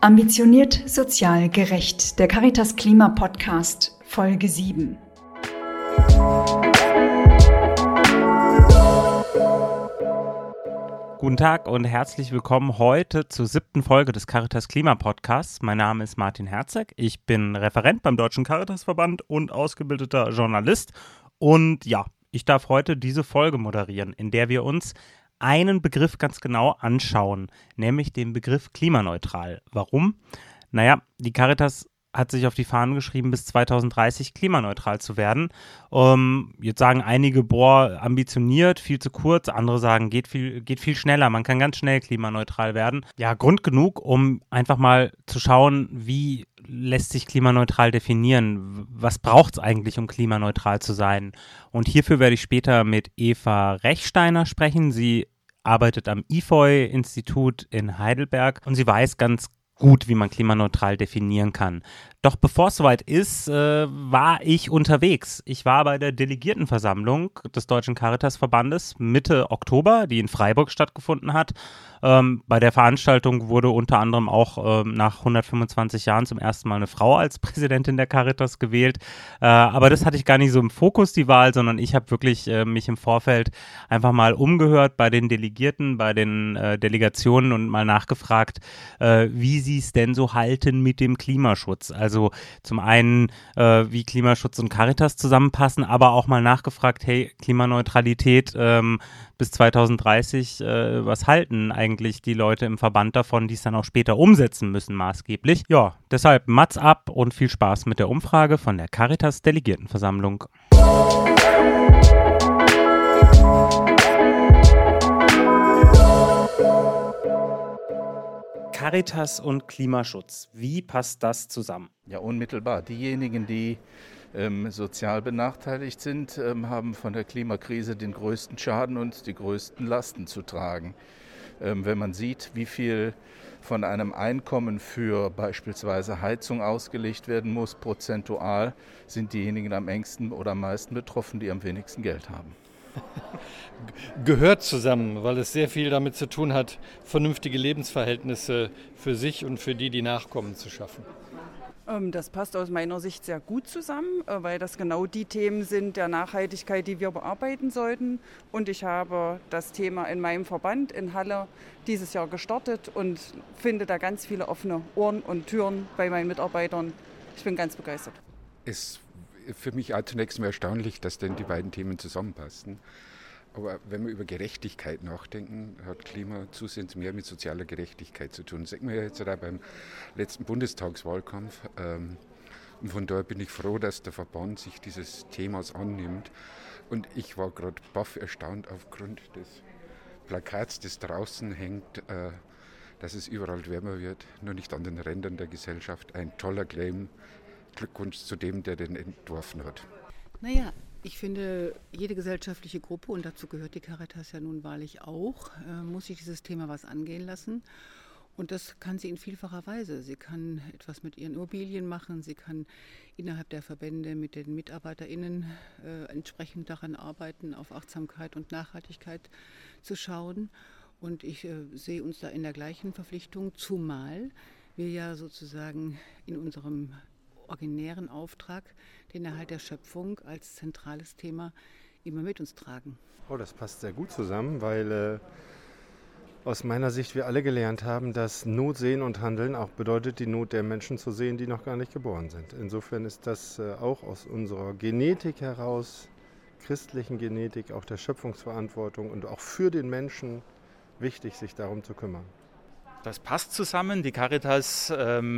Ambitioniert sozial gerecht, der Caritas Klima Podcast, Folge 7. Guten Tag und herzlich willkommen heute zur 7. Folge des Caritas Klima Podcasts. Mein Name ist Martin Herzeg, ich bin Referent beim Deutschen Caritasverband und ausgebildeter Journalist. Und ja, ich darf heute diese Folge moderieren, in der wir uns einen Begriff ganz genau anschauen, nämlich den Begriff klimaneutral. Warum? Naja, die Caritas hat sich auf die Fahnen geschrieben, bis 2030 klimaneutral zu werden. Jetzt sagen einige, ambitioniert, viel zu kurz. Andere sagen, geht viel schneller. Man kann ganz schnell klimaneutral werden. Ja, Grund genug, um einfach mal zu schauen, wie lässt sich klimaneutral definieren? Was braucht es eigentlich, um klimaneutral zu sein? Und hierfür werde ich später mit Eva Rechsteiner sprechen. Sie arbeitet am IFOI-Institut in Heidelberg und sie weiß ganz gut, wie man klimaneutral definieren kann. Doch bevor es soweit ist, war ich unterwegs. Ich war bei der Delegiertenversammlung des Deutschen Caritasverbandes Mitte Oktober, die in Freiburg stattgefunden hat. Bei der Veranstaltung wurde unter anderem auch nach 125 Jahren zum ersten Mal eine Frau als Präsidentin der Caritas gewählt. Aber das hatte ich gar nicht so im Fokus, die Wahl, sondern ich habe wirklich mich im Vorfeld einfach mal umgehört bei den Delegierten, bei den Delegationen und mal nachgefragt, wie sie es denn so halten mit dem Klimaschutz. Also zum einen, wie Klimaschutz und Caritas zusammenpassen, aber auch mal nachgefragt, hey, Klimaneutralität bis 2030, was halten eigentlich die Leute im Verband davon, die es dann auch später umsetzen müssen maßgeblich. Ja, deshalb Mats ab und viel Spaß mit der Umfrage von der Caritas Delegiertenversammlung. Caritas und Klimaschutz, wie passt das zusammen? Ja, unmittelbar. Diejenigen, die sozial benachteiligt sind, haben von der Klimakrise den größten Schaden und die größten Lasten zu tragen. Wenn man sieht, wie viel von einem Einkommen für beispielsweise Heizung ausgelegt werden muss, prozentual, sind diejenigen am engsten oder am meisten betroffen, die am wenigsten Geld haben. Gehört zusammen, weil es sehr viel damit zu tun hat, vernünftige Lebensverhältnisse für sich und für die Nachkommen zu schaffen. Das passt aus meiner Sicht sehr gut zusammen, weil das genau die Themen sind der Nachhaltigkeit, die wir bearbeiten sollten. Und ich habe das Thema in meinem Verband in Halle dieses Jahr gestartet und finde da ganz viele offene Ohren und Türen bei meinen Mitarbeitern. Ich bin ganz begeistert. Ist für mich auch zunächst mal erstaunlich, dass denn die beiden Themen zusammenpassen. Aber wenn wir über Gerechtigkeit nachdenken, hat Klima zusehends mehr mit sozialer Gerechtigkeit zu tun. Das sehen wir ja jetzt auch beim letzten Bundestagswahlkampf. Und von daher bin ich froh, dass der Verband sich dieses Themas annimmt. Und ich war gerade baff erstaunt aufgrund des Plakats, das draußen hängt, dass es überall wärmer wird, nur nicht an den Rändern der Gesellschaft. Ein toller Claim. Glückwunsch zu dem, der den entworfen hat. Naja, ich finde, jede gesellschaftliche Gruppe, und dazu gehört die Caritas ja nun wahrlich auch, muss sich dieses Thema was angehen lassen. Und das kann sie in vielfacher Weise. Sie kann etwas mit ihren Immobilien machen, sie kann innerhalb der Verbände mit den MitarbeiterInnen entsprechend daran arbeiten, auf Achtsamkeit und Nachhaltigkeit zu schauen. Und ich sehe uns da in der gleichen Verpflichtung, zumal wir ja sozusagen in unserem originären Auftrag den Erhalt der Schöpfung als zentrales Thema immer mit uns tragen. Oh, das passt sehr gut zusammen, weil aus meiner Sicht wir alle gelernt haben, dass Not sehen und handeln auch bedeutet, die Not der Menschen zu sehen, die noch gar nicht geboren sind. Insofern ist das auch aus unserer Genetik heraus, christlichen Genetik, auch der Schöpfungsverantwortung und auch für den Menschen wichtig, sich darum zu kümmern. Das passt zusammen. Die Caritas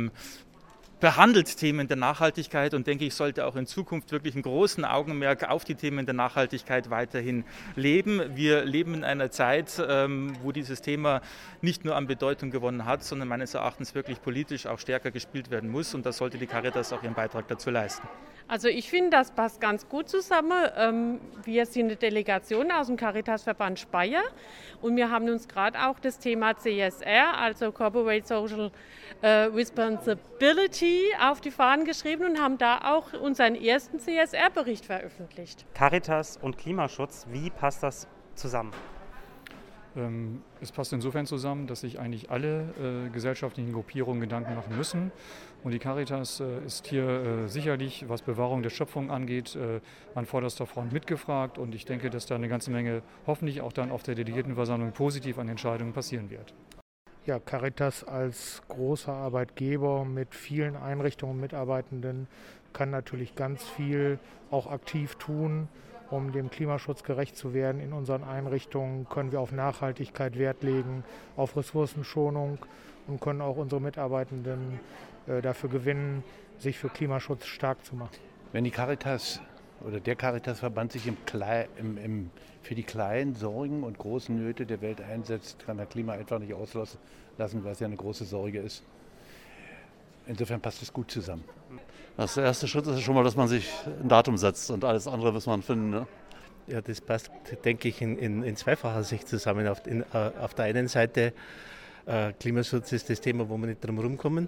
behandelt Themen der Nachhaltigkeit und denke ich, sollte auch in Zukunft wirklich einen großen Augenmerk auf die Themen der Nachhaltigkeit weiterhin leben. Wir leben in einer Zeit, wo dieses Thema nicht nur an Bedeutung gewonnen hat, sondern meines Erachtens wirklich politisch auch stärker gespielt werden muss und da sollte die Caritas auch ihren Beitrag dazu leisten. Also ich finde, das passt ganz gut zusammen. Wir sind eine Delegation aus dem Caritasverband Speyer und wir haben uns gerade auch das Thema CSR, also Corporate Social Responsibility, auf die Fahnen geschrieben und haben da auch unseren ersten CSR-Bericht veröffentlicht. Caritas und Klimaschutz, wie passt das zusammen? Es passt insofern zusammen, dass sich eigentlich alle gesellschaftlichen Gruppierungen Gedanken machen müssen. Und die Caritas ist hier sicherlich, was Bewahrung der Schöpfung angeht, an vorderster Front mitgefragt. Und ich denke, dass da eine ganze Menge hoffentlich auch dann auf der Delegiertenversammlung positiv an Entscheidungen passieren wird. Ja, Caritas als großer Arbeitgeber mit vielen Einrichtungen und Mitarbeitenden kann natürlich ganz viel auch aktiv tun, um dem Klimaschutz gerecht zu werden. In unseren Einrichtungen können wir auf Nachhaltigkeit Wert legen, auf Ressourcenschonung und können auch unsere Mitarbeitenden dafür gewinnen, sich für Klimaschutz stark zu machen. Wenn die Caritas oder der Caritasverband sich für die kleinen Sorgen und großen Nöte der Welt einsetzt, kann der Klima einfach nicht auslassen, weil es ja eine große Sorge ist. Insofern passt es gut zusammen. Das erste Schritt ist schon mal, dass man sich ein Datum setzt und alles andere muss man finden. Ne? Ja, das passt, denke ich, in zweifacher Sicht zusammen. Auf der einen Seite, Klimaschutz ist das Thema, wo wir nicht drum rumkommen.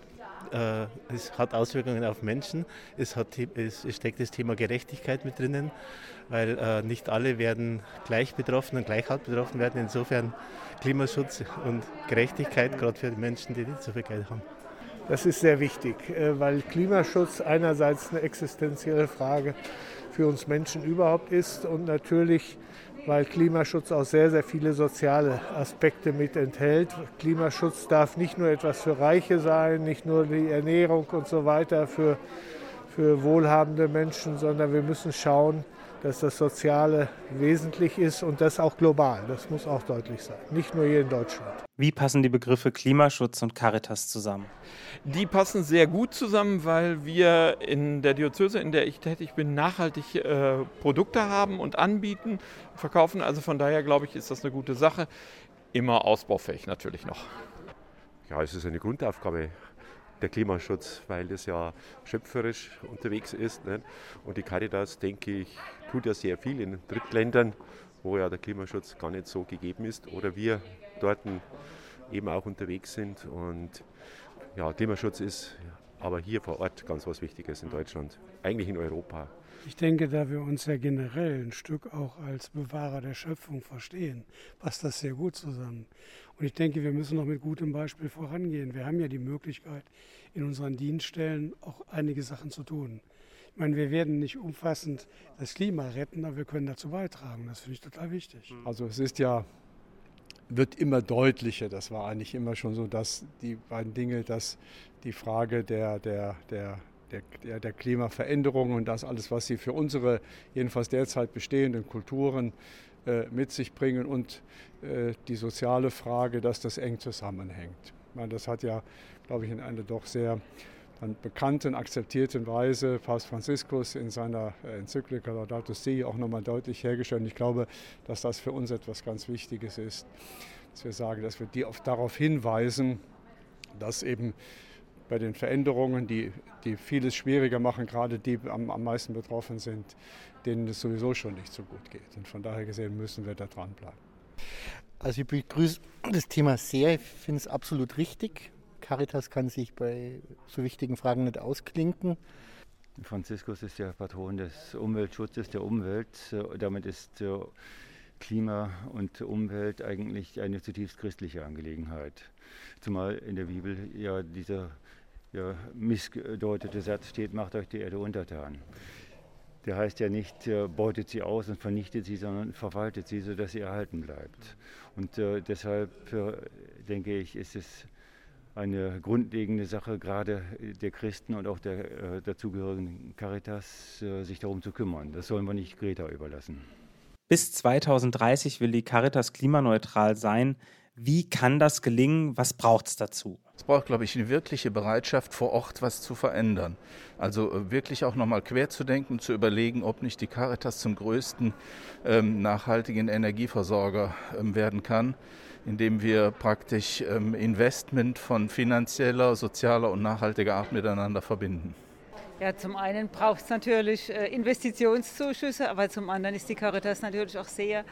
Es hat Auswirkungen auf Menschen. Es steckt das Thema Gerechtigkeit mit drinnen, weil nicht alle werden gleich betroffen und gleich hart betroffen werden. Insofern Klimaschutz und Gerechtigkeit, gerade für die Menschen, die nicht so viel Geld haben. Das ist sehr wichtig, weil Klimaschutz einerseits eine existenzielle Frage für uns Menschen überhaupt ist und natürlich, weil Klimaschutz auch sehr, sehr viele soziale Aspekte mit enthält. Klimaschutz darf nicht nur etwas für Reiche sein, nicht nur die Ernährung und so weiter für wohlhabende Menschen, sondern wir müssen schauen, dass das Soziale wesentlich ist und das auch global. Das muss auch deutlich sein, nicht nur hier in Deutschland. Wie passen die Begriffe Klimaschutz und Caritas zusammen? Die passen sehr gut zusammen, weil wir in der Diözese, in der ich tätig bin, nachhaltig Produkte haben und anbieten, verkaufen. Also von daher, glaube ich, ist das eine gute Sache. Immer ausbaufähig natürlich noch. Ja, es ist eine Grundaufgabe, der Klimaschutz, weil das ja schöpferisch unterwegs ist. Ne? Und die Caritas, denke ich, tut ja sehr viel in Drittländern, wo ja der Klimaschutz gar nicht so gegeben ist oder wir dort eben auch unterwegs sind. Und ja, Klimaschutz ist aber hier vor Ort ganz was Wichtiges in Deutschland, eigentlich in Europa. Ich denke, da wir uns ja generell ein Stück auch als Bewahrer der Schöpfung verstehen, passt das sehr gut zusammen. Und ich denke, wir müssen noch mit gutem Beispiel vorangehen. Wir haben ja die Möglichkeit, in unseren Dienststellen auch einige Sachen zu tun. Ich meine, wir werden nicht umfassend das Klima retten, aber wir können dazu beitragen. Das finde ich total wichtig. Also es wird immer deutlicher, das war eigentlich immer schon so, dass die beiden Dinge, dass die Frage der Klimaveränderung und das alles, was sie für unsere, jedenfalls derzeit bestehenden Kulturen mit sich bringen und die soziale Frage, dass das eng zusammenhängt. Ich meine, das hat ja, glaube ich, in einer doch sehr bekannten, akzeptierten Weise Papst Franziskus in seiner Enzyklika Laudato Si auch nochmal deutlich hergestellt. Und ich glaube, dass das für uns etwas ganz Wichtiges ist, dass wir sagen, dass wir darauf hinweisen, dass eben bei den Veränderungen, die vieles schwieriger machen, gerade die am meisten betroffen sind, denen es sowieso schon nicht so gut geht. Und von daher gesehen müssen wir da dranbleiben. Also ich begrüße das Thema sehr, ich finde es absolut richtig. Caritas kann sich bei so wichtigen Fragen nicht ausklinken. Franziskus ist der Patron des Umweltschutzes der Umwelt. Damit ist Klima und Umwelt eigentlich eine zutiefst christliche Angelegenheit. Zumal in der Bibel ja dieser missgedeutete Satz steht, macht euch die Erde untertan. Der heißt ja nicht, beutet sie aus und vernichtet sie, sondern verwaltet sie, sodass sie erhalten bleibt. Und deshalb denke ich, ist es eine grundlegende Sache, gerade der Christen und auch der dazugehörigen Caritas, sich darum zu kümmern. Das sollen wir nicht Greta überlassen. Bis 2030 will die Caritas klimaneutral sein. Wie kann das gelingen? Was braucht es dazu? Es braucht, glaube ich, eine wirkliche Bereitschaft, vor Ort was zu verändern. Also wirklich auch nochmal quer zu denken, zu überlegen, ob nicht die Caritas zum größten nachhaltigen Energieversorger werden kann, indem wir praktisch Investment von finanzieller, sozialer und nachhaltiger Art miteinander verbinden. Ja, zum einen braucht es natürlich Investitionszuschüsse, aber zum anderen ist die Caritas natürlich auch sehr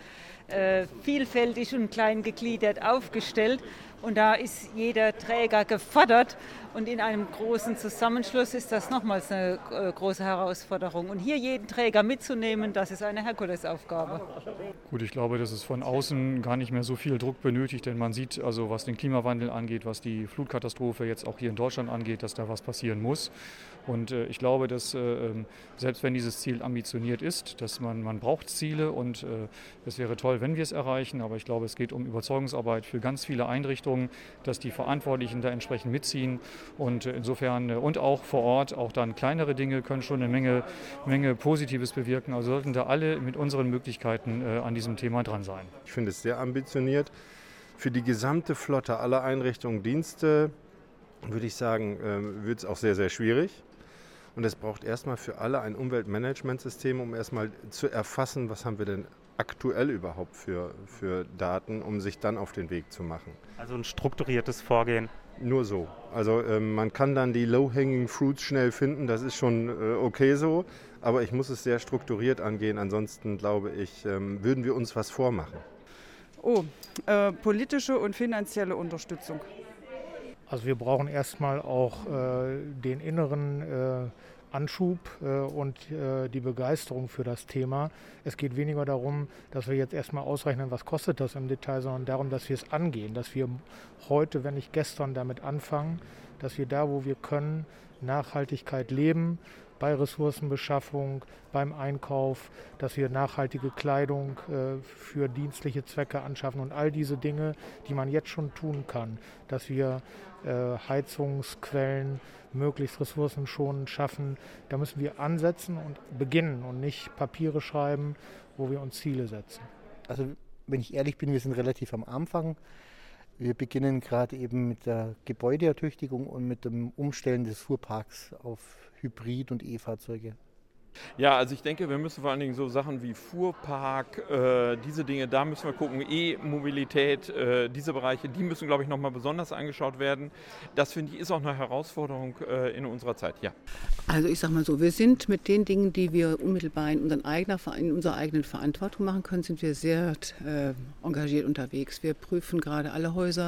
vielfältig und klein gegliedert aufgestellt. Und da ist jeder Träger gefordert. Und in einem großen Zusammenschluss ist das nochmals eine große Herausforderung. Und hier jeden Träger mitzunehmen, das ist eine Herkulesaufgabe. Gut, ich glaube, dass es von außen gar nicht mehr so viel Druck benötigt, denn man sieht, also was den Klimawandel angeht, was die Flutkatastrophe jetzt auch hier in Deutschland angeht, dass da was passieren muss. Und ich glaube, dass selbst wenn dieses Ziel ambitioniert ist, dass man braucht Ziele und es wäre toll, wenn wir es erreichen, aber ich glaube, es geht um Überzeugungsarbeit für ganz viele Einrichtungen, dass die Verantwortlichen da entsprechend mitziehen und insofern und auch vor Ort, auch dann kleinere Dinge können schon eine Menge Positives bewirken, also sollten da alle mit unseren Möglichkeiten an diesem Thema dran sein. Ich finde es sehr ambitioniert. Für die gesamte Flotte aller Einrichtungen, Dienste, würde ich sagen, wird es auch sehr, sehr schwierig. Und es braucht erstmal für alle ein Umweltmanagementsystem, um erstmal zu erfassen, was haben wir denn aktuell überhaupt für Daten, um sich dann auf den Weg zu machen. Also ein strukturiertes Vorgehen. Nur so. Also man kann dann die Low-Hanging Fruits schnell finden, das ist schon okay so, aber ich muss es sehr strukturiert angehen, ansonsten glaube ich, würden wir uns was vormachen. Politische und finanzielle Unterstützung. Also wir brauchen erstmal auch den inneren Anschub und die Begeisterung für das Thema. Es geht weniger darum, dass wir jetzt erstmal ausrechnen, was kostet das im Detail, sondern darum, dass wir es angehen, dass wir heute, wenn nicht gestern, damit anfangen, dass wir da, wo wir können, Nachhaltigkeit leben, bei Ressourcenbeschaffung, beim Einkauf, dass wir nachhaltige Kleidung für dienstliche Zwecke anschaffen und all diese Dinge, die man jetzt schon tun kann, dass wir Heizungsquellen möglichst ressourcenschonend schaffen. Da müssen wir ansetzen und beginnen und nicht Papiere schreiben, wo wir uns Ziele setzen. Also wenn ich ehrlich bin, wir sind relativ am Anfang. Wir beginnen gerade eben mit der Gebäudeertüchtigung und mit dem Umstellen des Fuhrparks auf Hybrid- und E-Fahrzeuge. Ja, also ich denke, wir müssen vor allen Dingen so Sachen wie Fuhrpark, diese Dinge, da müssen wir gucken, E-Mobilität, diese Bereiche, die müssen, glaube ich, nochmal besonders angeschaut werden. Das, finde ich, ist auch eine Herausforderung in unserer Zeit, ja. Also ich sage mal so, wir sind mit den Dingen, die wir unmittelbar in unserer eigenen Verantwortung machen können, sind wir sehr engagiert unterwegs. Wir prüfen gerade alle Häuser,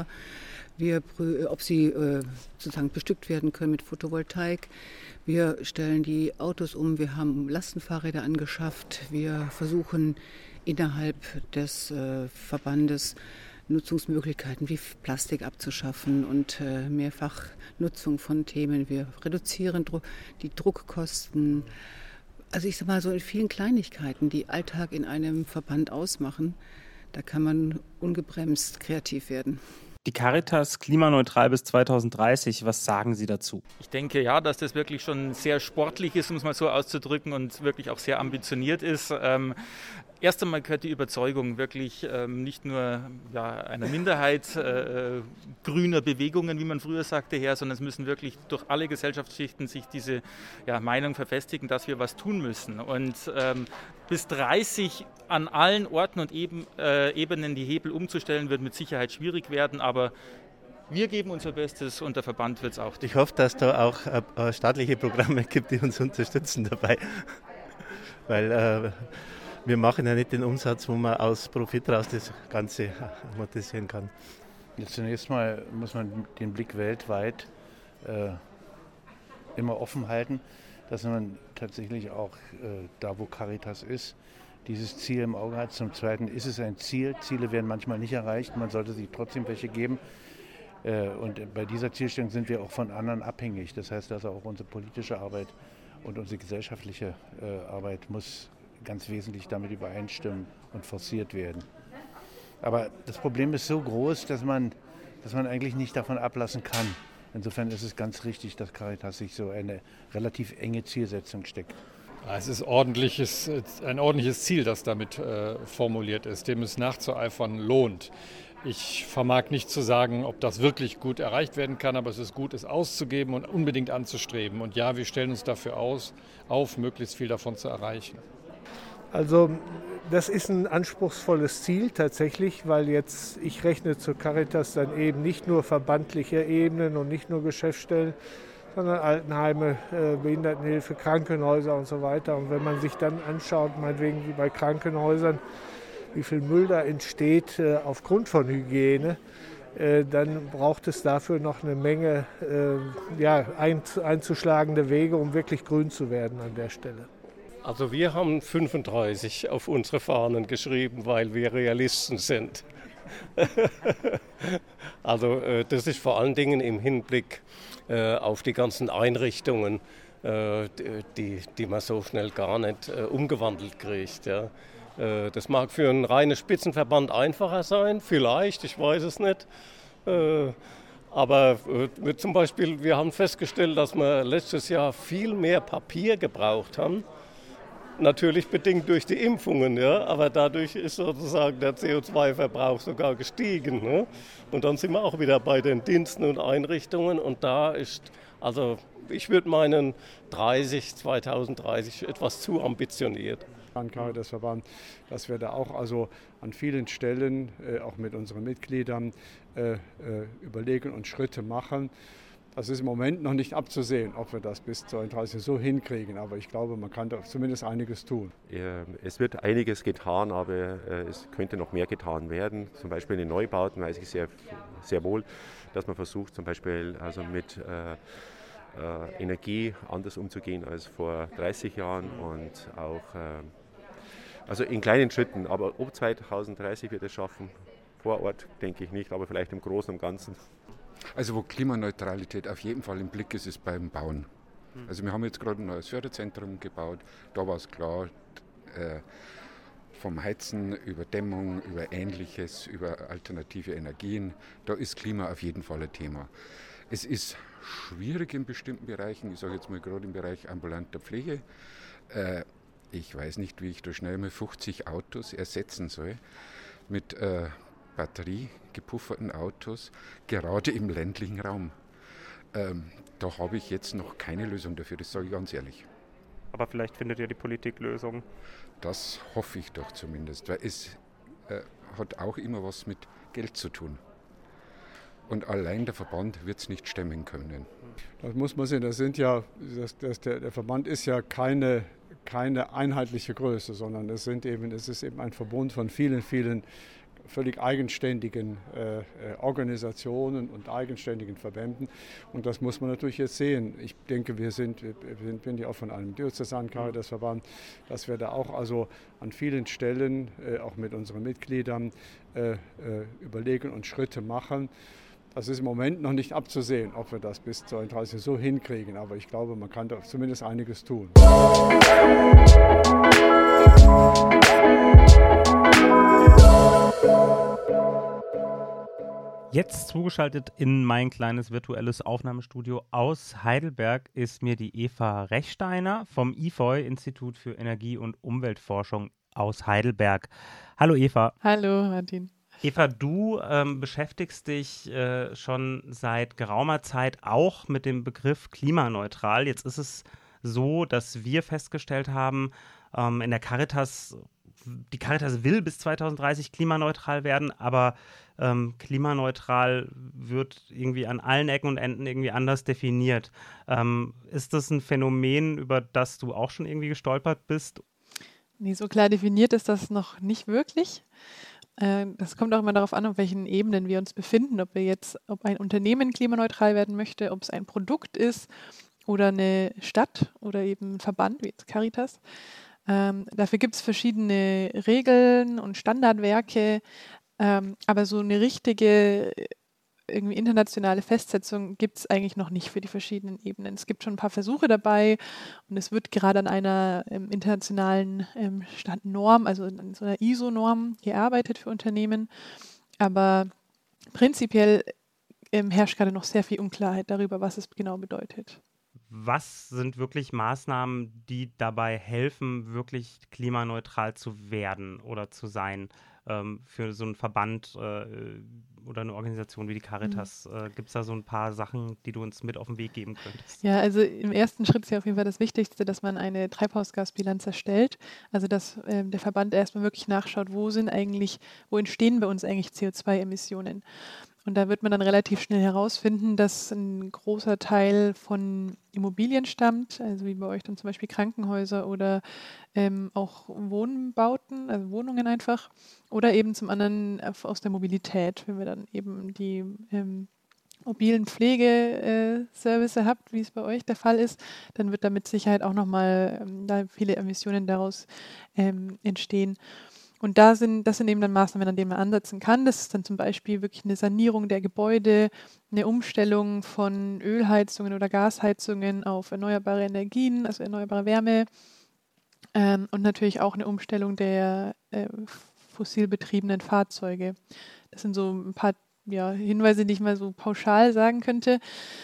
ob sie sozusagen bestückt werden können mit Photovoltaik. Wir stellen die Autos um, wir haben Lastenfahrräder angeschafft. Wir versuchen innerhalb des Verbandes Nutzungsmöglichkeiten wie Plastik abzuschaffen und Mehrfachnutzung von Themen. Wir reduzieren die Druckkosten. Also ich sage mal so in vielen Kleinigkeiten, die Alltag in einem Verband ausmachen, da kann man ungebremst kreativ werden. Die Caritas klimaneutral bis 2030, was sagen Sie dazu? Ich denke ja, dass das wirklich schon sehr sportlich ist, um es mal so auszudrücken, und wirklich auch sehr ambitioniert ist. Erst einmal gehört die Überzeugung wirklich nicht nur einer Minderheit grüner Bewegungen, wie man früher sagte, her, sondern es müssen wirklich durch alle Gesellschaftsschichten sich diese Meinung verfestigen, dass wir was tun müssen. Und bis 30 an allen Orten und Ebenen die Hebel umzustellen, wird mit Sicherheit schwierig werden, aber wir geben unser Bestes und der Verband wird es auch. Ich hoffe, dass da auch staatliche Programme gibt, die uns unterstützen dabei, weil wir machen ja nicht den Umsatz, wo man aus Profit raus das Ganze amortisieren kann. Jetzt zunächst mal muss man den Blick weltweit immer offen halten, dass man tatsächlich auch da, wo Caritas ist, dieses Ziel im Auge hat. Zum Zweiten ist es ein Ziel. Ziele werden manchmal nicht erreicht. Man sollte sich trotzdem welche geben. Und bei dieser Zielstellung sind wir auch von anderen abhängig. Das heißt also auch unsere politische Arbeit und unsere gesellschaftliche Arbeit muss ganz wesentlich damit übereinstimmen und forciert werden. Aber das Problem ist so groß, dass man eigentlich nicht davon ablassen kann. Insofern ist es ganz richtig, dass Caritas sich so eine relativ enge Zielsetzung steckt. Es ist ein ordentliches Ziel, das damit formuliert ist, dem es nachzueifern lohnt. Ich vermag nicht zu sagen, ob das wirklich gut erreicht werden kann, aber es ist gut, es auszugeben und unbedingt anzustreben. Und ja, wir stellen uns dafür auf, möglichst viel davon zu erreichen. Also das ist ein anspruchsvolles Ziel tatsächlich, weil jetzt ich rechne zur Caritas dann eben nicht nur verbandliche Ebenen und nicht nur Geschäftsstellen, sondern Altenheime, Behindertenhilfe, Krankenhäuser und so weiter. Und wenn man sich dann anschaut, meinetwegen wie bei Krankenhäusern, wie viel Müll da entsteht aufgrund von Hygiene, dann braucht es dafür noch eine Menge einzuschlagende Wege, um wirklich grün zu werden an der Stelle. Also wir haben 35 auf unsere Fahnen geschrieben, weil wir Realisten sind. Also das ist vor allen Dingen im Hinblick auf die ganzen Einrichtungen, die man so schnell gar nicht umgewandelt kriegt. Ja. Das mag für einen reinen Spitzenverband einfacher sein, vielleicht, ich weiß es nicht. Aber zum Beispiel, wir haben festgestellt, dass wir letztes Jahr viel mehr Papier gebraucht haben. Natürlich bedingt durch die Impfungen, ja, aber dadurch ist sozusagen der CO2-Verbrauch sogar gestiegen. Ne? Und dann sind wir auch wieder bei den Diensten und Einrichtungen und da ist, also ich würde meinen 2030 etwas zu ambitioniert. Caritasverband, dass wir da auch also an vielen Stellen, auch mit unseren Mitgliedern, überlegen und Schritte machen. Das ist im Moment noch nicht abzusehen, ob wir das bis 2030 so hinkriegen, aber ich glaube, man kann da zumindest einiges tun. Es wird einiges getan, aber es könnte noch mehr getan werden. Zum Beispiel in den Neubauten weiß ich sehr, sehr wohl, dass man versucht, zum Beispiel also mit Energie anders umzugehen als vor 30 Jahren und auch also in kleinen Schritten. Aber ob 2030 wir das schaffen, vor Ort denke ich nicht, aber vielleicht im Großen und Ganzen. Also wo Klimaneutralität auf jeden Fall im Blick ist, ist beim Bauen. Also wir haben jetzt gerade ein neues Förderzentrum gebaut, da war es klar, vom Heizen über Dämmung, über Ähnliches, über alternative Energien, da ist Klima auf jeden Fall ein Thema. Es ist schwierig in bestimmten Bereichen, ich sage jetzt mal gerade im Bereich ambulanter Pflege. Ich weiß nicht, wie ich da schnell mal 50 Autos ersetzen soll mit batteriegepufferten Autos, gerade im ländlichen Raum. Da habe ich jetzt noch keine Lösung dafür, das sage ich ganz ehrlich. Aber vielleicht findet ja die Politik Lösungen. Das hoffe ich doch zumindest, weil es hat auch immer was mit Geld zu tun. Und allein der Verband wird es nicht stemmen können. Das muss man sehen, der Verband ist ja keine einheitliche Größe, sondern es ist eben ein Verbund von vielen, vielen völlig eigenständigen Organisationen und eigenständigen Verbänden. Und das muss man natürlich jetzt sehen. Ich denke, bin ja auch von einem diözesanen Caritasverband, dass wir da auch also an vielen Stellen, auch mit unseren Mitgliedern, überlegen und Schritte machen. Das ist im Moment noch nicht abzusehen, ob wir das bis 2030 so hinkriegen. Aber ich glaube, man kann da zumindest einiges tun. Jetzt zugeschaltet in mein kleines virtuelles Aufnahmestudio aus Heidelberg ist mir die Eva Rechsteiner vom IFOI, Institut für Energie- und Umweltforschung aus Heidelberg. Hallo Eva. Hallo Martin. Eva, du beschäftigst dich schon seit geraumer Zeit auch mit dem Begriff klimaneutral. Jetzt ist es so, dass wir festgestellt haben, in der Caritas, die Caritas will bis 2030 klimaneutral werden, aber klimaneutral wird irgendwie an allen Ecken und Enden irgendwie anders definiert. Ist das ein Phänomen, über das du auch schon irgendwie gestolpert bist? Nee, so klar definiert ist das noch nicht wirklich. Das kommt auch immer darauf an, auf welchen Ebenen wir uns befinden, ob ein Unternehmen klimaneutral werden möchte, ob es ein Produkt ist oder eine Stadt oder eben ein Verband wie jetzt Caritas. Dafür gibt es verschiedene Regeln und Standardwerke, aber so eine richtige irgendwie internationale Festsetzung gibt es eigentlich noch nicht für die verschiedenen Ebenen. Es gibt schon ein paar Versuche dabei und es wird gerade an einer internationalen Norm, also an so einer ISO-Norm gearbeitet für Unternehmen. Aber prinzipiell herrscht gerade noch sehr viel Unklarheit darüber, was es genau bedeutet. Was sind wirklich Maßnahmen, die dabei helfen, wirklich klimaneutral zu werden oder zu sein? Für so einen Verband oder eine Organisation wie die Caritas, gibt es da so ein paar Sachen, die du uns mit auf den Weg geben könntest? Ja, also im ersten Schritt ist ja auf jeden Fall das Wichtigste, dass man eine Treibhausgasbilanz erstellt. Also dass der Verband erstmal wirklich nachschaut, wo entstehen bei uns eigentlich CO2-Emissionen. Und da wird man dann relativ schnell herausfinden, dass ein großer Teil von Immobilien stammt, also wie bei euch dann zum Beispiel Krankenhäuser oder auch Wohnbauten, also Wohnungen einfach, oder eben zum anderen aus der Mobilität, wenn wir dann eben die mobilen Pflegeservice habt, wie es bei euch der Fall ist, dann wird da mit Sicherheit auch nochmal da viele Emissionen daraus entstehen. Und das sind eben dann Maßnahmen, an denen man ansetzen kann. Das ist dann zum Beispiel wirklich eine Sanierung der Gebäude, eine Umstellung von Ölheizungen oder Gasheizungen auf erneuerbare Energien, also erneuerbare Wärme, und natürlich auch eine Umstellung der fossil betriebenen Fahrzeuge. Das sind so ein paar Hinweise, die ich mal so pauschal sagen könnte.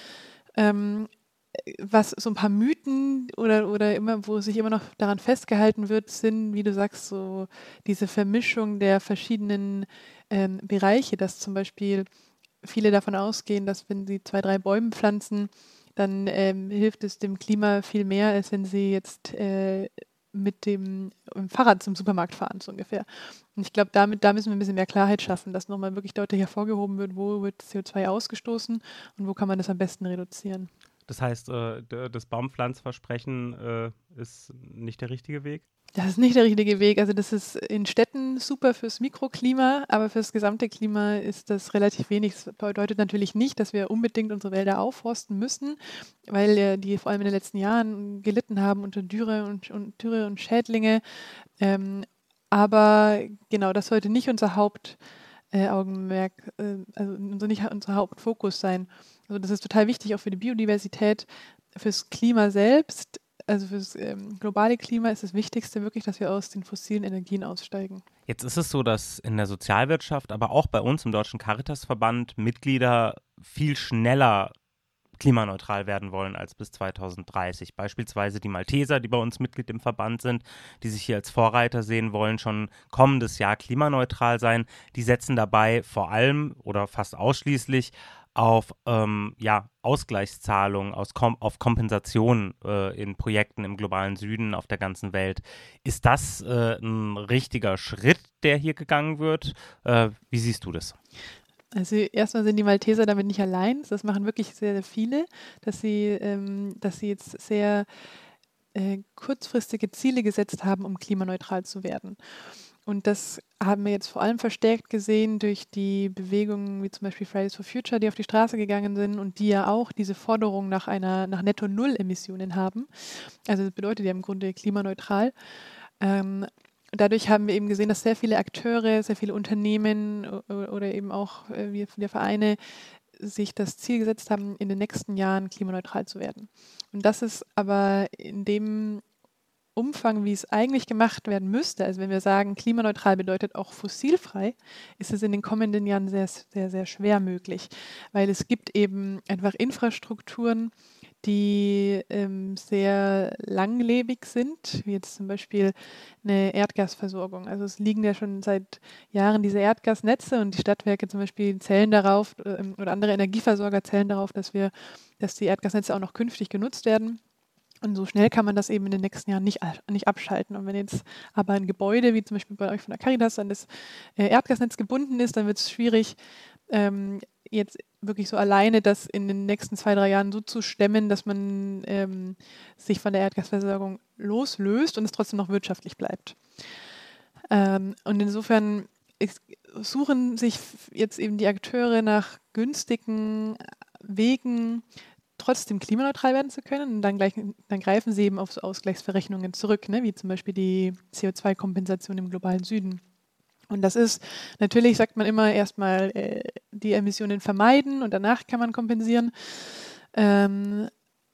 Was so ein paar Mythen oder immer, wo sich immer noch daran festgehalten wird, sind, wie du sagst, so diese Vermischung der verschiedenen Bereiche, dass zum Beispiel viele davon ausgehen, dass wenn sie 2, 3 Bäume pflanzen, dann hilft es dem Klima viel mehr, als wenn sie jetzt mit dem Fahrrad zum Supermarkt fahren, so ungefähr. Und ich glaube, da müssen wir ein bisschen mehr Klarheit schaffen, dass nochmal wirklich deutlich hervorgehoben wird, wo wird CO2 ausgestoßen und wo kann man das am besten reduzieren. Das heißt, das Baumpflanzversprechen ist nicht der richtige Weg? Das ist nicht der richtige Weg. Also das ist in Städten super fürs Mikroklima, aber fürs gesamte Klima ist das relativ wenig. Das bedeutet natürlich nicht, dass wir unbedingt unsere Wälder aufforsten müssen, weil die vor allem in den letzten Jahren gelitten haben unter Dürre und Schädlinge. Aber genau, das sollte nicht unser Hauptaugenmerk, nicht unser Hauptfokus sein. Also das ist total wichtig, auch für die Biodiversität, fürs Klima selbst. Also für das globale Klima ist das Wichtigste wirklich, dass wir aus den fossilen Energien aussteigen. Jetzt ist es so, dass in der Sozialwirtschaft, aber auch bei uns im Deutschen Caritasverband Mitglieder viel schneller klimaneutral werden wollen als bis 2030. Beispielsweise die Malteser, die bei uns Mitglied im Verband sind, die sich hier als Vorreiter sehen wollen, schon kommendes Jahr klimaneutral sein. Die setzen dabei vor allem oder fast ausschließlich auf Ausgleichszahlungen, auf Kompensationen in Projekten im globalen Süden auf der ganzen Welt. Ist das ein richtiger Schritt, der hier gegangen wird? Wie siehst du das? Also erstmal sind die Malteser damit nicht allein. Das machen wirklich sehr, sehr viele, dass sie jetzt sehr kurzfristige Ziele gesetzt haben, um klimaneutral zu werden. Und das haben wir jetzt vor allem verstärkt gesehen durch die Bewegungen wie zum Beispiel Fridays for Future, die auf die Straße gegangen sind und die ja auch diese Forderung nach Netto-Null-Emissionen haben. Also das bedeutet ja im Grunde klimaneutral. Dadurch haben wir eben gesehen, dass sehr viele Akteure, sehr viele Unternehmen oder eben auch wir Vereine sich das Ziel gesetzt haben, in den nächsten Jahren klimaneutral zu werden. Und das ist aber in dem Umfang, wie es eigentlich gemacht werden müsste, also wenn wir sagen, klimaneutral bedeutet auch fossilfrei, ist es in den kommenden Jahren sehr, sehr, sehr schwer möglich, weil es gibt eben einfach Infrastrukturen, die sehr langlebig sind, wie jetzt zum Beispiel eine Erdgasversorgung. Also es liegen ja schon seit Jahren diese Erdgasnetze und die Stadtwerke zum Beispiel zählen darauf oder andere Energieversorger zählen darauf, dass die Erdgasnetze auch noch künftig genutzt werden. Und so schnell kann man das eben in den nächsten Jahren nicht abschalten. Und wenn jetzt aber ein Gebäude, wie zum Beispiel bei euch von der Caritas, an das Erdgasnetz gebunden ist, dann wird es schwierig, jetzt wirklich so alleine das in den nächsten 2, 3 Jahren so zu stemmen, dass man sich von der Erdgasversorgung loslöst und es trotzdem noch wirtschaftlich bleibt. Und insofern suchen sich jetzt eben die Akteure nach günstigen Wegen, trotzdem klimaneutral werden zu können. Und dann greifen sie eben auf so Ausgleichsverrechnungen zurück, ne? Wie zum Beispiel die CO2-Kompensation im globalen Süden. Und das ist, natürlich sagt man immer erstmal die Emissionen vermeiden und danach kann man kompensieren. Zu einem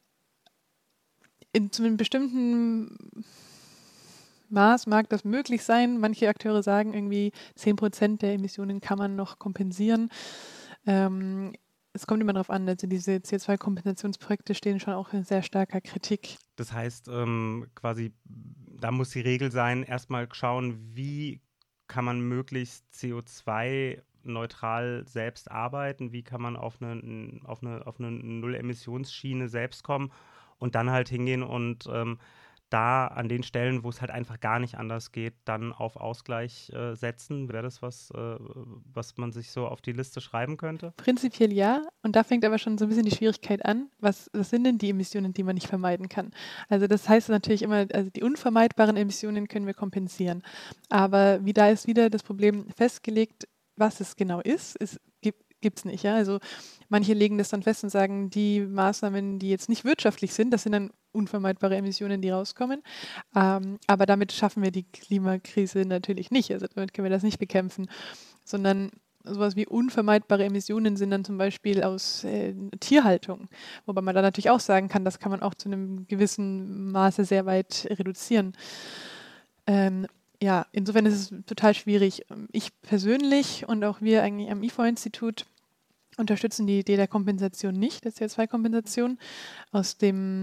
bestimmten Maß mag das möglich sein. Manche Akteure sagen irgendwie 10% der Emissionen kann man noch kompensieren. Es kommt immer darauf an, also diese CO2-Kompensationsprojekte stehen schon auch in sehr starker Kritik. Das heißt, quasi, da muss die Regel sein, erstmal schauen, wie kann man möglichst CO2-neutral selbst arbeiten, wie kann man auf eine Null-Emissionsschiene selbst kommen und dann halt hingehen und da an den Stellen, wo es halt einfach gar nicht anders geht, dann auf Ausgleich setzen? Wäre das was man sich so auf die Liste schreiben könnte? Prinzipiell ja. Und da fängt aber schon so ein bisschen die Schwierigkeit an. Was sind denn die Emissionen, die man nicht vermeiden kann? Also das heißt natürlich immer, also die unvermeidbaren Emissionen können wir kompensieren. Aber da ist wieder das Problem festgelegt, was es genau ist gibt es nicht. Ja? Also manche legen das dann fest und sagen, die Maßnahmen, die jetzt nicht wirtschaftlich sind, das sind dann unvermeidbare Emissionen, die rauskommen. Aber damit schaffen wir die Klimakrise natürlich nicht. Also damit können wir das nicht bekämpfen, sondern sowas wie unvermeidbare Emissionen sind dann zum Beispiel aus Tierhaltung, wobei man da natürlich auch sagen kann, das kann man auch zu einem gewissen Maße sehr weit reduzieren. Ja, insofern ist es total schwierig. Ich persönlich und auch wir eigentlich am IFO-Institut unterstützen die Idee der Kompensation nicht, der CO2-Kompensation. Es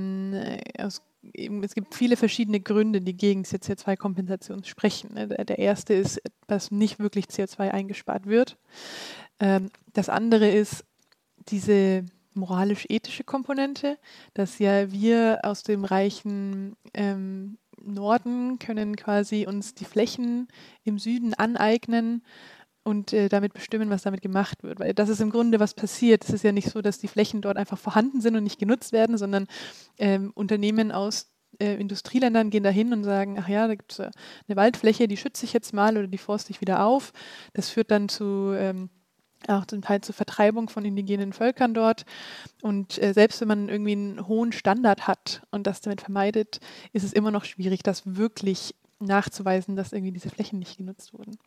gibt viele verschiedene Gründe, die gegen die CO2-Kompensation sprechen. Der erste ist, dass nicht wirklich CO2 eingespart wird. Das andere ist diese moralisch-ethische Komponente, dass ja wir aus dem reichen Norden können quasi uns die Flächen im Süden aneignen und damit bestimmen, was damit gemacht wird. Weil das ist im Grunde, was passiert. Es ist ja nicht so, dass die Flächen dort einfach vorhanden sind und nicht genutzt werden, sondern Unternehmen aus Industrieländern gehen dahin und sagen, ach ja, da gibt es eine Waldfläche, die schütze ich jetzt mal oder die forste ich wieder auf. Das führt dann zu auch zum Teil zur Vertreibung von indigenen Völkern dort. Und selbst wenn man irgendwie einen hohen Standard hat und das damit vermeidet, ist es immer noch schwierig, das wirklich nachzuweisen, dass irgendwie diese Flächen nicht genutzt wurden.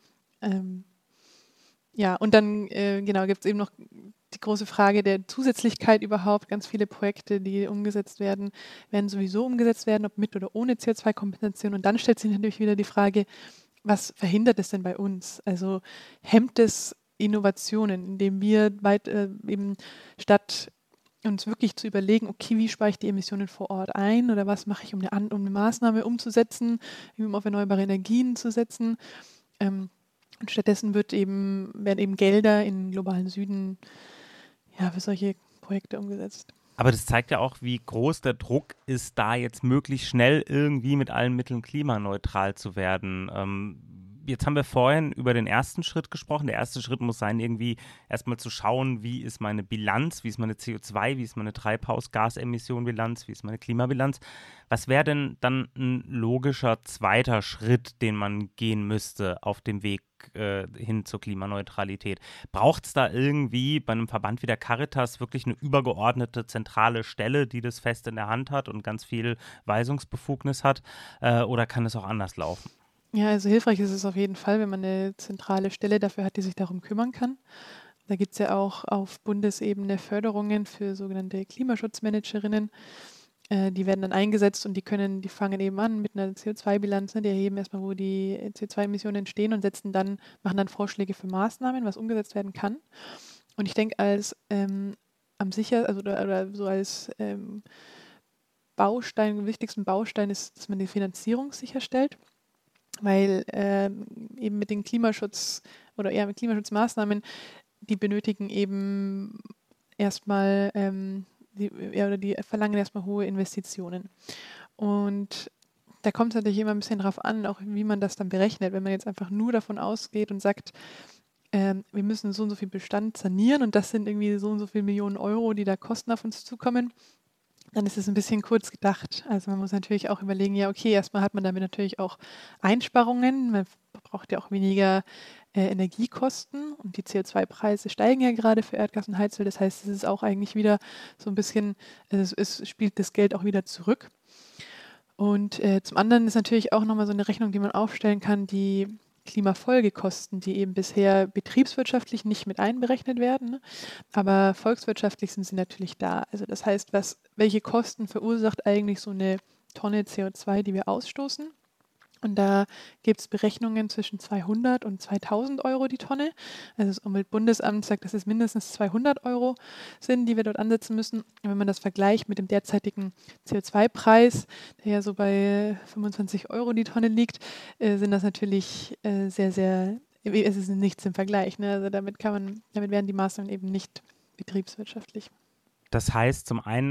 Ja, und dann gibt es eben noch die große Frage der Zusätzlichkeit überhaupt. Ganz viele Projekte, die umgesetzt werden, werden sowieso umgesetzt werden, ob mit oder ohne CO2-Kompensation. Und dann stellt sich natürlich wieder die Frage, was verhindert es denn bei uns? Also hemmt es Innovationen, indem wir eben statt uns wirklich zu überlegen, okay, wie spare ich die Emissionen vor Ort ein oder was mache ich, um eine Maßnahme umzusetzen, um auf erneuerbare Energien zu setzen. Und stattdessen werden eben Gelder im globalen Süden für solche Projekte umgesetzt. Aber das zeigt ja auch, wie groß der Druck ist, da jetzt möglichst schnell irgendwie mit allen Mitteln klimaneutral zu werden. Jetzt haben wir vorhin über den ersten Schritt gesprochen. Der erste Schritt muss sein, irgendwie erstmal zu schauen, wie ist meine Bilanz, wie ist meine CO2, wie ist meine Treibhausgasemissionenbilanz, wie ist meine Klimabilanz. Was wäre denn dann ein logischer zweiter Schritt, den man gehen müsste auf dem Weg hin zur Klimaneutralität? Braucht es da irgendwie bei einem Verband wie der Caritas wirklich eine übergeordnete zentrale Stelle, die das fest in der Hand hat und ganz viel Weisungsbefugnis hat? Oder kann es auch anders laufen? Ja, also hilfreich ist es auf jeden Fall, wenn man eine zentrale Stelle dafür hat, die sich darum kümmern kann. Da gibt es ja auch auf Bundesebene Förderungen für sogenannte Klimaschutzmanagerinnen. Die werden dann eingesetzt und die fangen eben an mit einer CO2-Bilanz. Die erheben erstmal, wo die CO2-Emissionen entstehen und machen dann Vorschläge für Maßnahmen, was umgesetzt werden kann. Und ich denke, als wichtigsten Baustein ist, dass man die Finanzierung sicherstellt. Weil eben mit dem Klimaschutz oder eher mit Klimaschutzmaßnahmen, die benötigen eben erstmal, die verlangen erstmal hohe Investitionen. Und da kommt es natürlich immer ein bisschen drauf an, auch wie man das dann berechnet. Wenn man jetzt einfach nur davon ausgeht und sagt, wir müssen so und so viel Bestand sanieren und das sind irgendwie so und so viele Millionen Euro, die da Kosten auf uns zukommen, dann ist es ein bisschen kurz gedacht. Also man muss natürlich auch überlegen, ja okay, erstmal hat man damit natürlich auch Einsparungen, man braucht ja auch weniger Energiekosten und die CO2-Preise steigen ja gerade für Erdgas und Heizöl. Das heißt, es ist auch eigentlich wieder so ein bisschen, es spielt das Geld auch wieder zurück. Und zum anderen ist natürlich auch nochmal so eine Rechnung, die man aufstellen kann, die Klimafolgekosten, die eben bisher betriebswirtschaftlich nicht mit einberechnet werden, ne? Aber volkswirtschaftlich sind sie natürlich da. Also das heißt, welche Kosten verursacht eigentlich so eine Tonne CO2, die wir ausstoßen? Und da gibt es Berechnungen zwischen 200 und 2000 Euro die Tonne. Also das Umweltbundesamt sagt, dass es mindestens 200 Euro sind, die wir dort ansetzen müssen. Und wenn man das vergleicht mit dem derzeitigen CO2-Preis, der ja so bei 25 Euro die Tonne liegt, sind das natürlich es ist nichts im Vergleich. Ne? Also damit werden die Maßnahmen eben nicht betriebswirtschaftlich. Das heißt, zum einen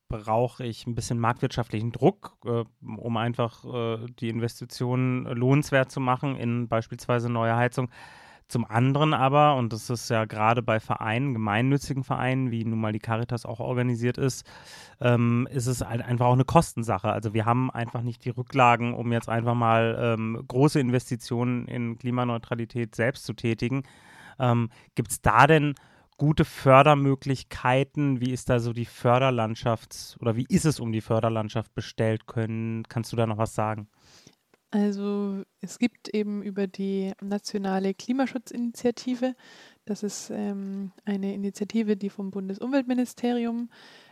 brauche ich ein bisschen marktwirtschaftlichen Druck, um einfach die Investitionen lohnenswert zu machen in beispielsweise neue Heizung. Zum anderen aber, und das ist ja gerade bei Vereinen, gemeinnützigen Vereinen, wie nun mal die Caritas auch organisiert ist es halt einfach auch eine Kostensache. Also wir haben einfach nicht die Rücklagen, um jetzt einfach mal große Investitionen in Klimaneutralität selbst zu tätigen. Gibt es da denn gute Fördermöglichkeiten? Wie ist da so die Förderlandschaft oder wie ist es um die Förderlandschaft bestellt? Kannst du da noch was sagen? Also es gibt eben über die nationale Klimaschutzinitiative, das ist eine Initiative, die vom Bundesumweltministerium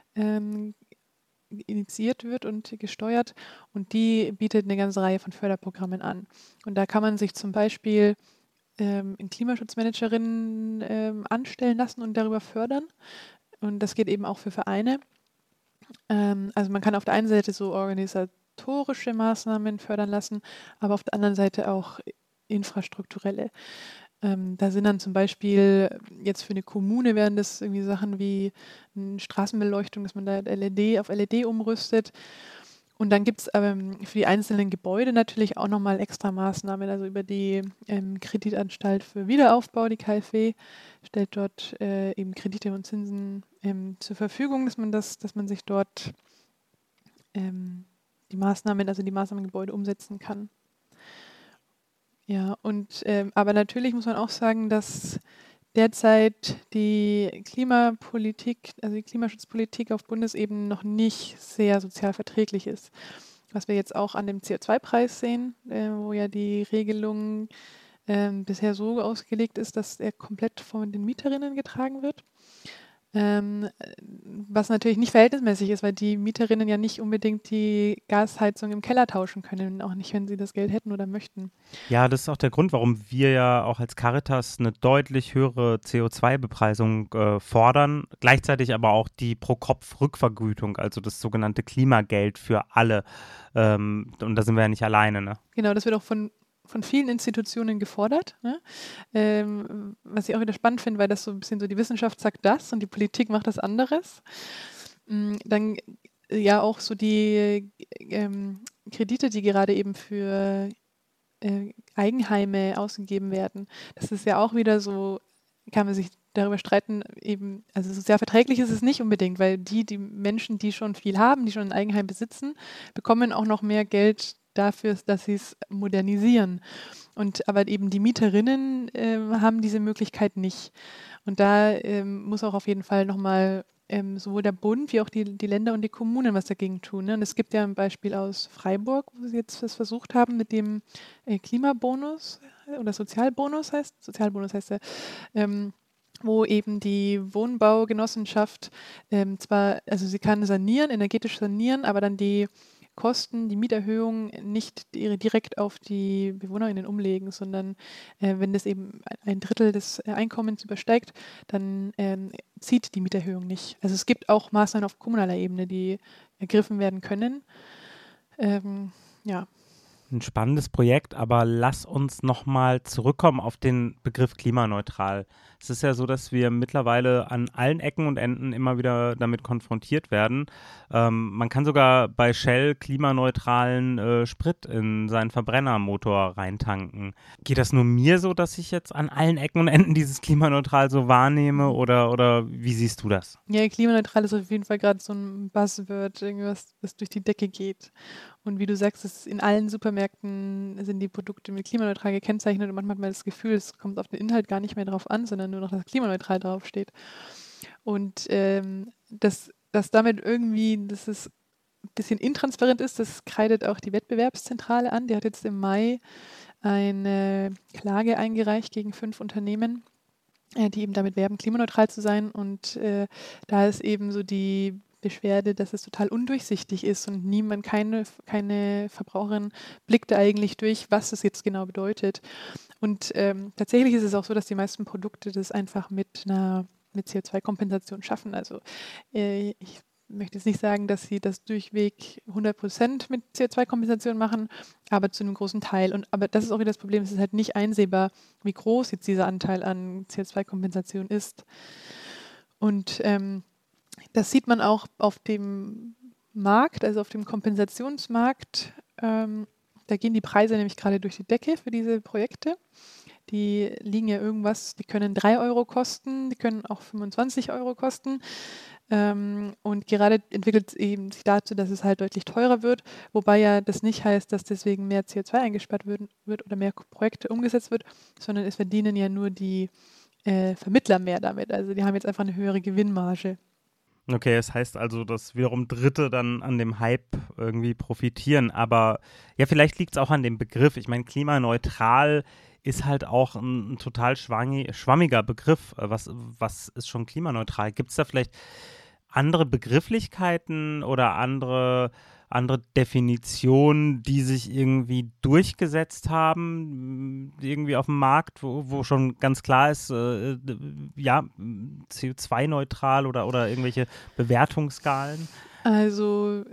initiiert wird und gesteuert, und die bietet eine ganze Reihe von Förderprogrammen an. Und da kann man sich zum Beispiel in Klimaschutzmanagerinnen anstellen lassen und darüber fördern. Und das geht eben auch für Vereine. Also man kann auf der einen Seite so organisatorische Maßnahmen fördern lassen, aber auf der anderen Seite auch infrastrukturelle. Da sind dann zum Beispiel jetzt für eine Kommune wären das irgendwie Sachen wie eine Straßenbeleuchtung, dass man da LED auf LED umrüstet. Und dann gibt es für die einzelnen Gebäude natürlich auch nochmal extra Maßnahmen. Also über die Kreditanstalt für Wiederaufbau, die KfW, stellt dort eben Kredite und Zinsen zur Verfügung, dass man sich dort die Maßnahmengebäude umsetzen kann. Ja, und aber natürlich muss man auch sagen, dass derzeit die Klimapolitik, also die Klimaschutzpolitik auf Bundesebene noch nicht sehr sozial verträglich ist. Was wir jetzt auch an dem CO2-Preis sehen, wo ja die Regelung bisher so ausgelegt ist, dass er komplett von den Mieterinnen getragen wird. Was natürlich nicht verhältnismäßig ist, weil die Mieterinnen ja nicht unbedingt die Gasheizung im Keller tauschen können, auch nicht, wenn sie das Geld hätten oder möchten. Ja, das ist auch der Grund, warum wir ja auch als Caritas eine deutlich höhere CO2-Bepreisung fordern, gleichzeitig aber auch die Pro-Kopf-Rückvergütung, also das sogenannte Klimageld für alle. Und da sind wir ja nicht alleine, ne? Genau, das wird auch von vielen Institutionen gefordert, ne? Was ich auch wieder spannend finde, weil das so ein bisschen so, die Wissenschaft sagt das und die Politik macht das anderes. Dann ja auch so die Kredite, die gerade eben für Eigenheime ausgegeben werden. Das ist ja auch wieder so, kann man sich darüber streiten, eben, also sozial verträglich ist es nicht unbedingt, weil die Menschen, die schon viel haben, die schon ein Eigenheim besitzen, bekommen auch noch mehr Geld dafür, dass sie es modernisieren. Aber eben die Mieterinnen haben diese Möglichkeit nicht. Und da muss auch auf jeden Fall nochmal sowohl der Bund wie auch die Länder und die Kommunen was dagegen tun. Ne? Und es gibt ja ein Beispiel aus Freiburg, wo sie jetzt das versucht haben mit dem Klimabonus oder Sozialbonus heißt er, wo eben die Wohnbaugenossenschaft sie kann energetisch sanieren, aber dann die Kosten, die Mieterhöhung nicht direkt auf die BewohnerInnen umlegen, sondern wenn das eben ein Drittel des Einkommens übersteigt, dann zieht die Mieterhöhung nicht. Also es gibt auch Maßnahmen auf kommunaler Ebene, die ergriffen werden können. Ja. Ein spannendes Projekt, aber lass uns nochmal zurückkommen auf den Begriff klimaneutral. Es ist ja so, dass wir mittlerweile an allen Ecken und Enden immer wieder damit konfrontiert werden. Man kann sogar bei Shell klimaneutralen Sprit in seinen Verbrennermotor reintanken. Geht das nur mir so, dass ich jetzt an allen Ecken und Enden dieses klimaneutral so wahrnehme oder wie siehst du das? Ja, klimaneutral ist auf jeden Fall gerade so ein Buzzword, irgendwas, das durch die Decke geht. Und wie du sagst, in allen Supermärkten sind die Produkte mit klimaneutral gekennzeichnet und manchmal hat man das Gefühl, es kommt auf den Inhalt gar nicht mehr drauf an, sondern nur noch, dass klimaneutral draufsteht. Und dass damit irgendwie, dass es ein bisschen intransparent ist, das kreidet auch die Wettbewerbszentrale an. Die hat jetzt im Mai eine Klage eingereicht gegen 5 Unternehmen, die eben damit werben, klimaneutral zu sein. Und da ist eben so die Beschwerde, dass es total undurchsichtig ist und keine Verbraucherin blickt da eigentlich durch, was es jetzt genau bedeutet. Und tatsächlich ist es auch so, dass die meisten Produkte das einfach mit CO2-Kompensation schaffen. Also ich möchte jetzt nicht sagen, dass sie das durchweg 100% mit CO2-Kompensation machen, aber zu einem großen Teil. Aber das ist auch wieder das Problem, es ist halt nicht einsehbar, wie groß jetzt dieser Anteil an CO2-Kompensation ist. Und Das sieht man auch auf dem Markt, also auf dem Kompensationsmarkt. Da gehen die Preise nämlich gerade durch die Decke für diese Projekte. Die liegen ja irgendwas, die können 3 Euro kosten, die können auch 25 Euro kosten. Und gerade entwickelt es eben sich dazu, dass es halt deutlich teurer wird, wobei ja das nicht heißt, dass deswegen mehr CO2 eingespart wird oder mehr Projekte umgesetzt wird, sondern es verdienen ja nur die Vermittler mehr damit. Also die haben jetzt einfach eine höhere Gewinnmarge. Okay, das heißt also, dass wiederum Dritte dann an dem Hype irgendwie profitieren. Aber ja, vielleicht liegt es auch an dem Begriff. Ich meine, klimaneutral ist halt auch ein total schwammiger Begriff. Was ist schon klimaneutral? Gibt es da vielleicht andere Begrifflichkeiten oder andere Definitionen, die sich irgendwie durchgesetzt haben, irgendwie auf dem Markt, wo schon ganz klar ist, ja, CO2-neutral oder irgendwelche Bewertungsskalen? Also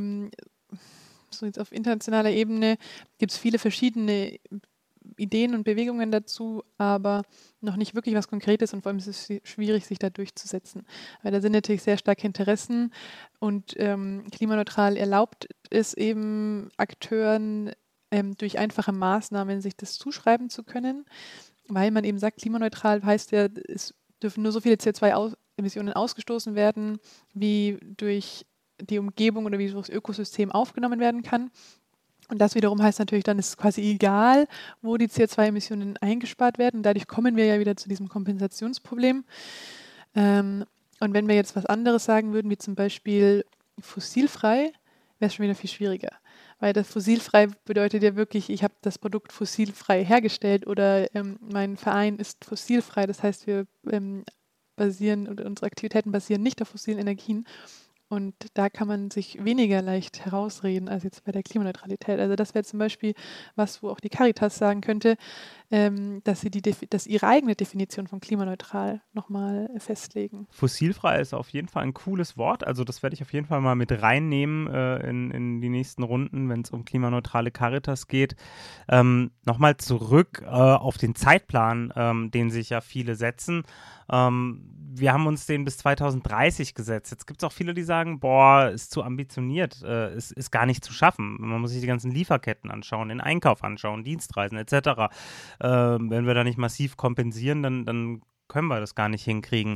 so jetzt auf internationaler Ebene gibt es viele verschiedene Ideen und Bewegungen dazu, aber noch nicht wirklich was Konkretes und vor allem ist es schwierig, sich da durchzusetzen. Weil da sind natürlich sehr starke Interessen und klimaneutral erlaubt es eben Akteuren durch einfache Maßnahmen sich das zuschreiben zu können, weil man eben sagt, klimaneutral heißt ja, es dürfen nur so viele CO2-Emissionen ausgestoßen werden, wie durch die Umgebung oder wie durch das Ökosystem aufgenommen werden kann. Und das wiederum heißt natürlich, dann ist es quasi egal, wo die CO2-Emissionen eingespart werden. Und dadurch kommen wir ja wieder zu diesem Kompensationsproblem. Und wenn wir jetzt was anderes sagen würden, wie zum Beispiel fossilfrei, wäre es schon wieder viel schwieriger. Weil das fossilfrei bedeutet ja wirklich, ich habe das Produkt fossilfrei hergestellt oder mein Verein ist fossilfrei. Das heißt, wir basieren oder unsere Aktivitäten basieren nicht auf fossilen Energien. Und da kann man sich weniger leicht herausreden als jetzt bei der Klimaneutralität. Also das wäre zum Beispiel was, wo auch die Caritas sagen könnte, dass sie ihre eigene Definition von klimaneutral nochmal festlegen. Fossilfrei ist auf jeden Fall ein cooles Wort. Also das werde ich auf jeden Fall mal mit reinnehmen in die nächsten Runden, wenn es um klimaneutrale Caritas geht. Nochmal zurück auf den Zeitplan, den sich ja viele setzen. Wir haben uns den bis 2030 gesetzt. Jetzt gibt es auch viele, die sagen, boah, ist zu ambitioniert, ist gar nicht zu schaffen. Man muss sich die ganzen Lieferketten anschauen, den Einkauf anschauen, Dienstreisen etc. Wenn wir da nicht massiv kompensieren, dann können wir das gar nicht hinkriegen.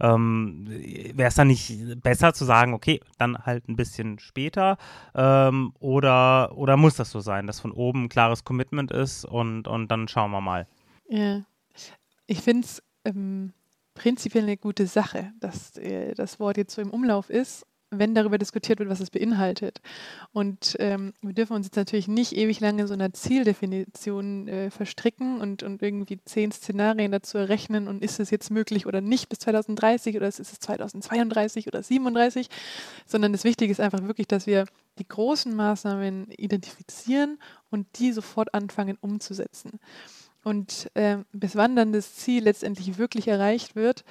Wäre es dann nicht besser zu sagen, okay, dann halt ein bisschen später oder muss das so sein, dass von oben ein klares Commitment ist und dann schauen wir mal. Ja, ich finde es prinzipiell eine gute Sache, dass das Wort jetzt so im Umlauf ist, wenn darüber diskutiert wird, was es beinhaltet. Und wir dürfen uns jetzt natürlich nicht ewig lange in so einer Zieldefinition verstricken und irgendwie 10 Szenarien dazu errechnen und ist es jetzt möglich oder nicht bis 2030 oder ist es 2032 oder 37, sondern das Wichtige ist einfach wirklich, dass wir die großen Maßnahmen identifizieren und die sofort anfangen umzusetzen. Und bis wann dann das Ziel letztendlich wirklich erreicht wird,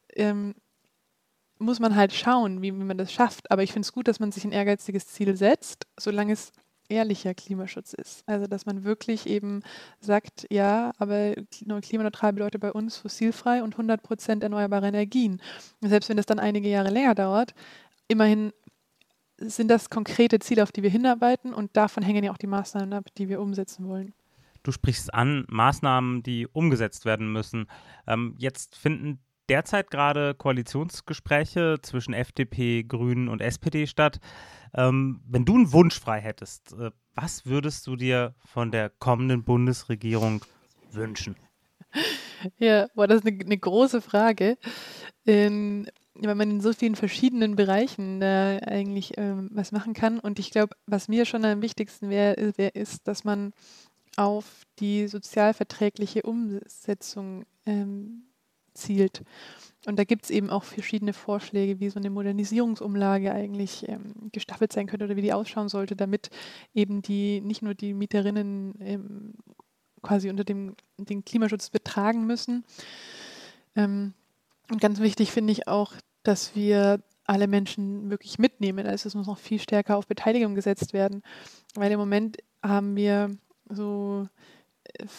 muss man halt schauen, wie man das schafft. Aber ich finde es gut, dass man sich ein ehrgeiziges Ziel setzt, solange es ehrlicher Klimaschutz ist. Also dass man wirklich eben sagt, ja, aber klimaneutral bedeutet bei uns fossilfrei und 100% erneuerbare Energien. Und selbst wenn das dann einige Jahre länger dauert, immerhin sind das konkrete Ziele, auf die wir hinarbeiten und davon hängen ja auch die Maßnahmen ab, die wir umsetzen wollen. Du sprichst an, Maßnahmen, die umgesetzt werden müssen. Jetzt finden derzeit gerade Koalitionsgespräche zwischen FDP, Grünen und SPD statt. Wenn du einen Wunsch frei hättest, was würdest du dir von der kommenden Bundesregierung wünschen? Ja, das ist eine große Frage, weil man in so vielen verschiedenen Bereichen da eigentlich was machen kann. Und ich glaube, was mir schon am wichtigsten wäre, ist, dass man auf die sozialverträgliche Umsetzung zielt. Und da gibt es eben auch verschiedene Vorschläge, wie so eine Modernisierungsumlage eigentlich gestaffelt sein könnte oder wie die ausschauen sollte, damit eben nicht nur die Mieterinnen quasi unter den Klimaschutz betragen müssen. Und ganz wichtig finde ich auch, dass wir alle Menschen wirklich mitnehmen. Also es muss noch viel stärker auf Beteiligung gesetzt werden, weil im Moment haben wir so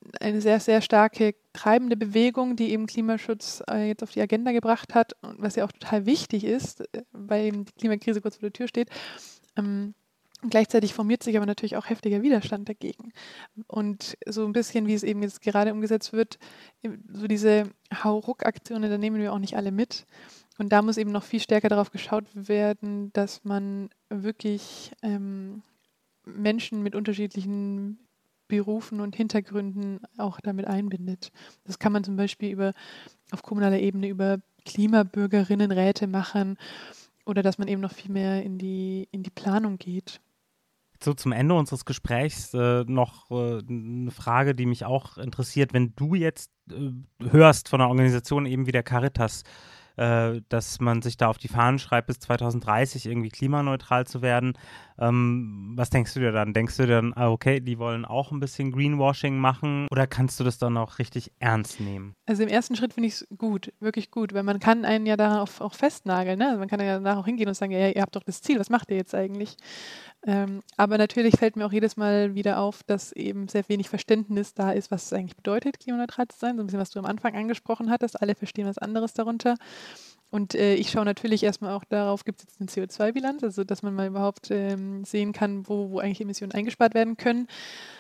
eine sehr, sehr starke treibende Bewegung, die eben Klimaschutz jetzt auf die Agenda gebracht hat, und was ja auch total wichtig ist, weil eben die Klimakrise kurz vor der Tür steht. Und gleichzeitig formiert sich aber natürlich auch heftiger Widerstand dagegen. Und so ein bisschen, wie es eben jetzt gerade umgesetzt wird, so diese Hauruck-Aktionen, da nehmen wir auch nicht alle mit. Und da muss eben noch viel stärker darauf geschaut werden, dass man wirklich Menschen mit unterschiedlichen Berufen und Hintergründen auch damit einbindet. Das kann man zum Beispiel auf kommunaler Ebene über Klimabürgerinnenräte machen oder dass man eben noch viel mehr in die Planung geht. So zum Ende unseres Gesprächs noch eine Frage, die mich auch interessiert. Wenn du jetzt hörst von einer Organisation eben wie der Caritas, dass man sich da auf die Fahnen schreibt, bis 2030 irgendwie klimaneutral zu werden. Was denkst du dir dann? Denkst du dir dann, okay, die wollen auch ein bisschen Greenwashing machen, oder kannst du das dann auch richtig ernst nehmen? Also im ersten Schritt finde ich es gut, wirklich gut, weil man kann einen ja darauf auch festnageln. Ne? Also man kann ja danach auch hingehen und sagen, ja, ihr habt doch das Ziel, was macht ihr jetzt eigentlich? Aber natürlich fällt mir auch jedes Mal wieder auf, dass eben sehr wenig Verständnis da ist, was es eigentlich bedeutet, klimaneutral zu sein. So ein bisschen, was du am Anfang angesprochen hattest. Alle verstehen was anderes darunter. Und ich schaue natürlich erstmal auch darauf, gibt es jetzt eine CO2-Bilanz, also dass man mal überhaupt sehen kann, wo eigentlich Emissionen eingespart werden können.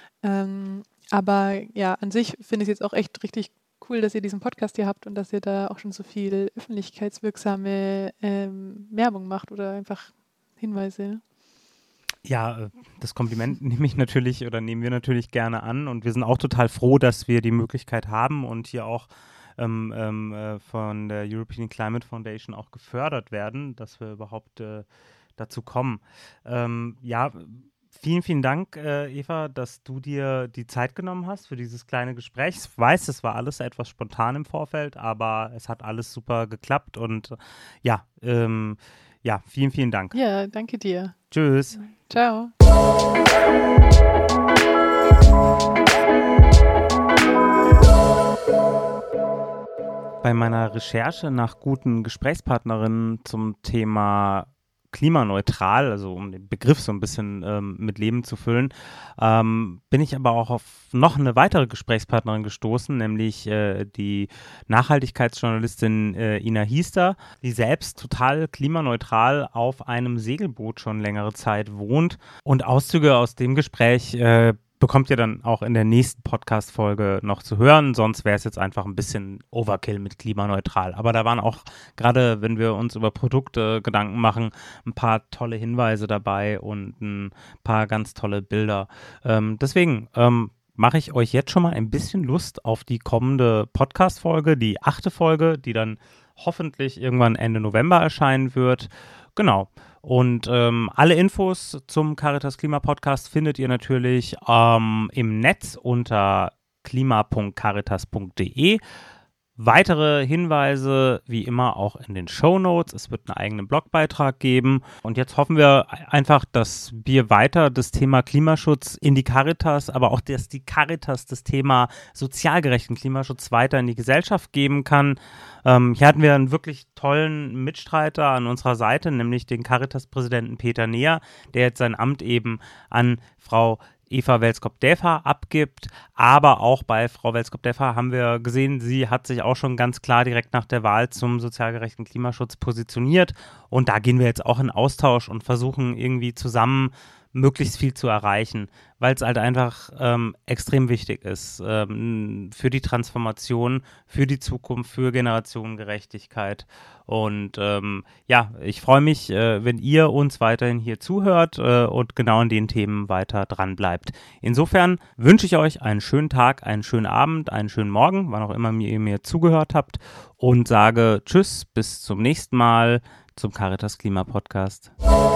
Aber ja, an sich finde ich es jetzt auch echt richtig cool, dass ihr diesen Podcast hier habt und dass ihr da auch schon so viel öffentlichkeitswirksame Werbung macht oder einfach Hinweise. Ja, das Kompliment nehmen wir natürlich gerne an, und wir sind auch total froh, dass wir die Möglichkeit haben und hier auch von der European Climate Foundation auch gefördert werden, dass wir überhaupt dazu kommen. Ja, vielen, vielen Dank, Eva, dass du dir die Zeit genommen hast für dieses kleine Gespräch. Ich weiß, es war alles etwas spontan im Vorfeld, aber es hat alles super geklappt, und ja, vielen, vielen Dank. Ja, danke dir. Tschüss. Ciao. Bei meiner Recherche nach guten Gesprächspartnerinnen zum Thema klimaneutral, also um den Begriff so ein bisschen mit Leben zu füllen, bin ich aber auch auf noch eine weitere Gesprächspartnerin gestoßen, nämlich die Nachhaltigkeitsjournalistin Ina Hiester, die selbst total klimaneutral auf einem Segelboot schon längere Zeit wohnt, und Auszüge aus dem Gespräch bekommt ihr dann auch in der nächsten Podcast-Folge noch zu hören. Sonst wäre es jetzt einfach ein bisschen Overkill mit klimaneutral. Aber da waren auch, gerade wenn wir uns über Produkte Gedanken machen, ein paar tolle Hinweise dabei und ein paar ganz tolle Bilder. Deswegen mache ich euch jetzt schon mal ein bisschen Lust auf die kommende Podcast-Folge, die 8. Folge, die dann hoffentlich irgendwann Ende November erscheinen wird. Genau. Und alle Infos zum Caritas Klima Podcast findet ihr natürlich im Netz unter klima.caritas.de. Weitere Hinweise wie immer auch in den Shownotes. Es wird einen eigenen Blogbeitrag geben. Und jetzt hoffen wir einfach, dass wir weiter das Thema Klimaschutz in die Caritas, aber auch, dass die Caritas das Thema sozial gerechten Klimaschutz weiter in die Gesellschaft geben kann. Hier hatten wir einen wirklich tollen Mitstreiter an unserer Seite, nämlich den Caritas-Präsidenten Peter Neher, der jetzt sein Amt eben an Frau Eva Welskop-Däfer abgibt, aber auch bei Frau Welskop-Däfer haben wir gesehen, sie hat sich auch schon ganz klar direkt nach der Wahl zum sozial gerechten Klimaschutz positioniert, und da gehen wir jetzt auch in Austausch und versuchen irgendwie zusammen möglichst viel zu erreichen, weil es halt einfach extrem wichtig ist für die Transformation, für die Zukunft, für Generationengerechtigkeit. Und ich freue mich, wenn ihr uns weiterhin hier zuhört und genau an den Themen weiter dran bleibt. Insofern wünsche ich euch einen schönen Tag, einen schönen Abend, einen schönen Morgen, wann auch immer ihr mir zugehört habt, und sage Tschüss, bis zum nächsten Mal zum Caritas Klima Podcast.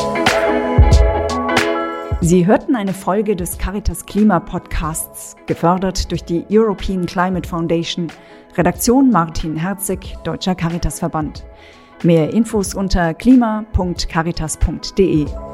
Sie hörten eine Folge des Caritas Klima Podcasts, gefördert durch die European Climate Foundation, Redaktion Martin Herzig, Deutscher Caritasverband. Mehr Infos unter klima.caritas.de.